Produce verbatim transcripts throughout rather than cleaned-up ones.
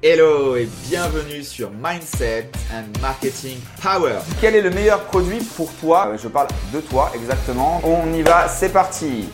Hello et bienvenue sur Mindset and Marketing Power. Quel est le meilleur produit pour toi? Je parle de toi exactement. On y va, c'est parti.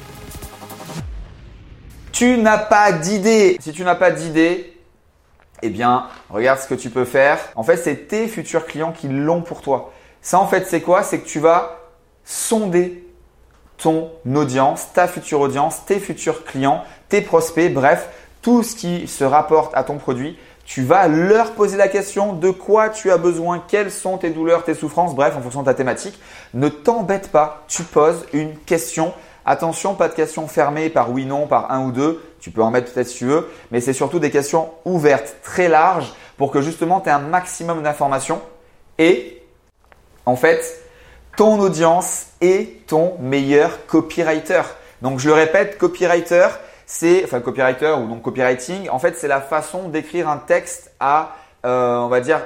Tu n'as pas d'idée. Si tu n'as pas d'idée, eh bien, regarde ce que tu peux faire. En fait, c'est tes futurs clients qui l'ont pour toi. Ça, en fait, c'est quoi? C'est que tu vas sonder ton audience, ta future audience, tes futurs clients, tes prospects, bref, tout ce qui se rapporte à ton produit. Tu vas leur poser la question de quoi tu as besoin, quelles sont tes douleurs, tes souffrances, bref, en fonction de ta thématique. Ne t'embête pas, tu poses une question. Attention, pas de questions fermées par oui, non, par un ou deux. Tu peux en mettre peut-être si tu veux, mais c'est surtout des questions ouvertes, très larges pour que justement tu aies un maximum d'informations et en fait, ton audience est ton meilleur copywriter. Donc, je le répète, copywriter, c'est, enfin copywriter ou donc copywriting, en fait, c'est la façon d'écrire un texte à, euh, on va dire,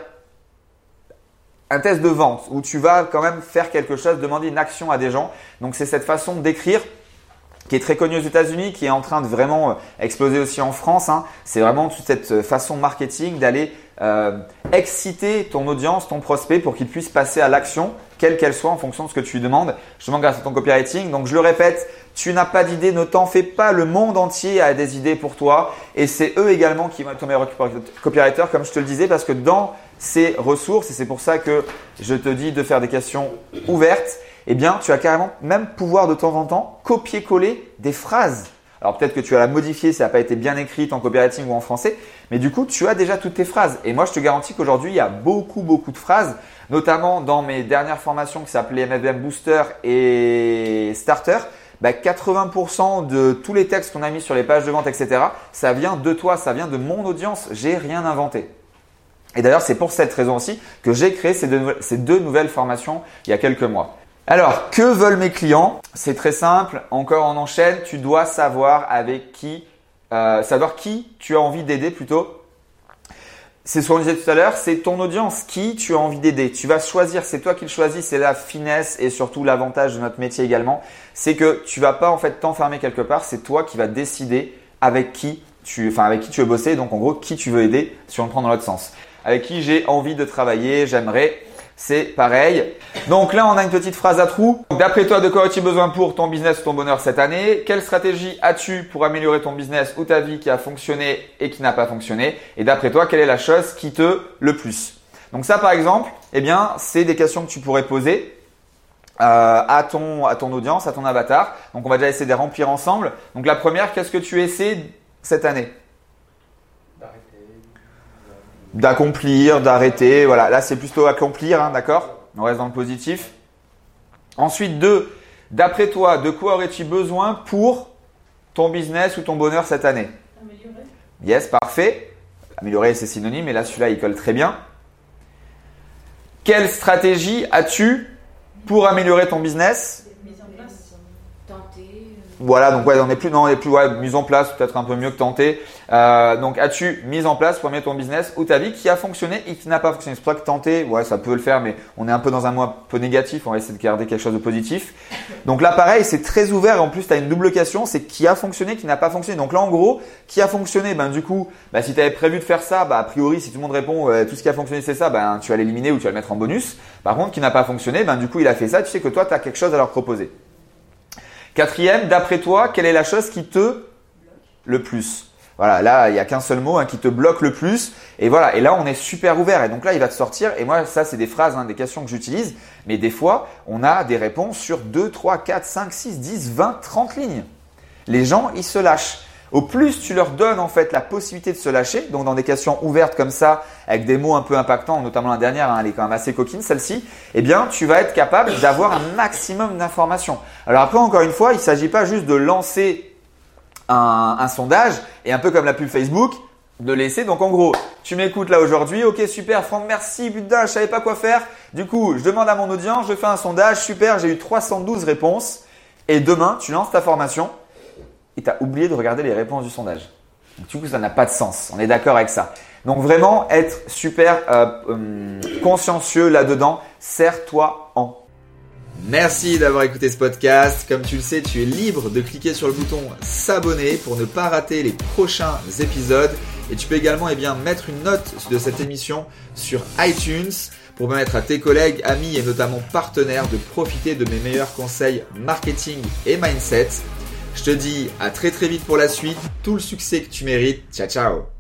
un test de vente où tu vas quand même faire quelque chose, demander une action à des gens. Donc, c'est cette façon d'écrire qui est très connue aux États-Unis, qui est en train de vraiment exploser aussi en France. Hein. C'est vraiment toute cette façon marketing d'aller euh, exciter ton audience, ton prospect pour qu'il puisse passer à l'action, quelle qu'elle soit en fonction de ce que tu lui demandes, justement grâce à ton copywriting. Donc, je le répète, tu n'as pas d'idée, ne t'en fais pas. Le monde entier a des idées pour toi et c'est eux également qui vont être ton meilleur copywriter, comme je te le disais, parce que dans ces ressources, et c'est pour ça que je te dis de faire des questions ouvertes, eh bien, tu vas carrément même pouvoir de temps en temps copier-coller des phrases. Alors peut-être que tu vas la modifier si ça n'a pas été bien écrit en copywriting ou en français, mais du coup, tu as déjà toutes tes phrases. Et moi, je te garantis qu'aujourd'hui, il y a beaucoup, beaucoup de phrases, notamment dans mes dernières formations qui s'appelaient M F M Booster et Starter. Bah, quatre-vingts pour cent de tous les textes qu'on a mis sur les pages de vente, et cetera, ça vient de toi, ça vient de mon audience. J'ai rien inventé. Et d'ailleurs, c'est pour cette raison aussi que j'ai créé ces deux, ces deux nouvelles formations il y a quelques mois. Alors, que veulent mes clients? C'est très simple. Encore, on enchaîne. Tu dois savoir avec qui, euh, savoir qui tu as envie d'aider plutôt. C'est ce qu'on disait tout à l'heure, c'est ton audience, qui tu as envie d'aider. Tu vas choisir, c'est toi qui le choisis, c'est la finesse et surtout l'avantage de notre métier également. C'est que tu vas pas en fait t'enfermer quelque part, c'est toi qui vas décider avec qui tu, enfin avec qui tu veux bosser. Donc en gros, qui tu veux aider si on le prend dans l'autre sens. Avec qui j'ai envie de travailler, j'aimerais. C'est pareil. Donc là, on a une petite phrase à trous. D'après toi, de quoi as-tu besoin pour ton business ou ton bonheur cette année? Quelle stratégie as-tu pour améliorer ton business ou ta vie qui a fonctionné et qui n'a pas fonctionné? Et d'après toi, quelle est la chose qui te le plus? Donc ça, par exemple, eh bien, c'est des questions que tu pourrais poser euh, à ton à ton audience, à ton avatar. Donc on va déjà essayer de les remplir ensemble. Donc la première, qu'est-ce que tu essaies cette année? D'accomplir, d'arrêter, voilà. Là, c'est plutôt accomplir, hein, d'accord? On reste dans le positif. Ensuite, deux, d'après toi, de quoi aurais-tu besoin pour ton business ou ton bonheur cette année? Améliorer. Yes, parfait. Améliorer, c'est synonyme, et là, celui-là, il colle très bien. Quelle stratégie as-tu pour améliorer ton business? Mise en place. Tenter. Voilà, donc ouais, on est plus, non, on est plus, ouais, mise en place, peut-être un peu mieux que tenter. Euh, donc, as-tu mis en place pour améliorer ton business ou ta vie qui a fonctionné et qui n'a pas fonctionné? C'est pour ça que tenter, ouais, ça peut le faire, mais on est un peu dans un mot un peu négatif. On va essayer de garder quelque chose de positif. Donc là, pareil, c'est très ouvert. En plus, tu as une double question, c'est qui a fonctionné, qui n'a pas fonctionné. Donc là, en gros, qui a fonctionné? Ben du coup, bah, si tu avais prévu de faire ça, bah a priori, si tout le monde répond euh, tout ce qui a fonctionné, c'est ça, ben tu vas l'éliminer ou tu vas le mettre en bonus. Par contre, qui n'a pas fonctionné, ben du coup, il a fait ça. Tu sais que toi, tu as quelque chose à leur proposer. Quatrième, d'après toi, quelle est la chose qui te le plus? Voilà, là, il n'y a qu'un seul mot hein, qui te bloque le plus. Et voilà, et là, on est super ouvert. Et donc là, il va te sortir. Et moi, ça, c'est des phrases, hein, des questions que j'utilise. Mais des fois, on a des réponses sur deux, trois, quatre, cinq, six, dix, vingt, trente lignes. Les gens, ils se lâchent. Au plus tu leur donnes en fait la possibilité de se lâcher, donc dans des questions ouvertes comme ça, avec des mots un peu impactants, notamment la dernière, hein, elle est quand même assez coquine celle-ci, eh bien tu vas être capable d'avoir un maximum d'informations. Alors après, encore une fois, il ne s'agit pas juste de lancer un, un sondage et un peu comme la pub Facebook, de laisser. Donc en gros, tu m'écoutes là aujourd'hui, ok super Franck, merci, putain, je savais pas quoi faire. Du coup, je demande à mon audience, je fais un sondage, super, j'ai eu trois cent douze réponses et demain, tu lances ta formation. Et tu as oublié de regarder les réponses du sondage. Donc, du coup, ça n'a pas de sens. On est d'accord avec ça. Donc, vraiment, être super euh, euh, consciencieux là-dedans. Serre-toi en. Merci d'avoir écouté ce podcast. Comme tu le sais, tu es libre de cliquer sur le bouton s'abonner pour ne pas rater les prochains épisodes. Et tu peux également eh bien, mettre une note de cette émission sur iTunes pour permettre à tes collègues, amis et notamment partenaires de profiter de mes meilleurs conseils marketing et mindset. Je te dis à très très vite pour la suite. Tout le succès que tu mérites. Ciao ciao.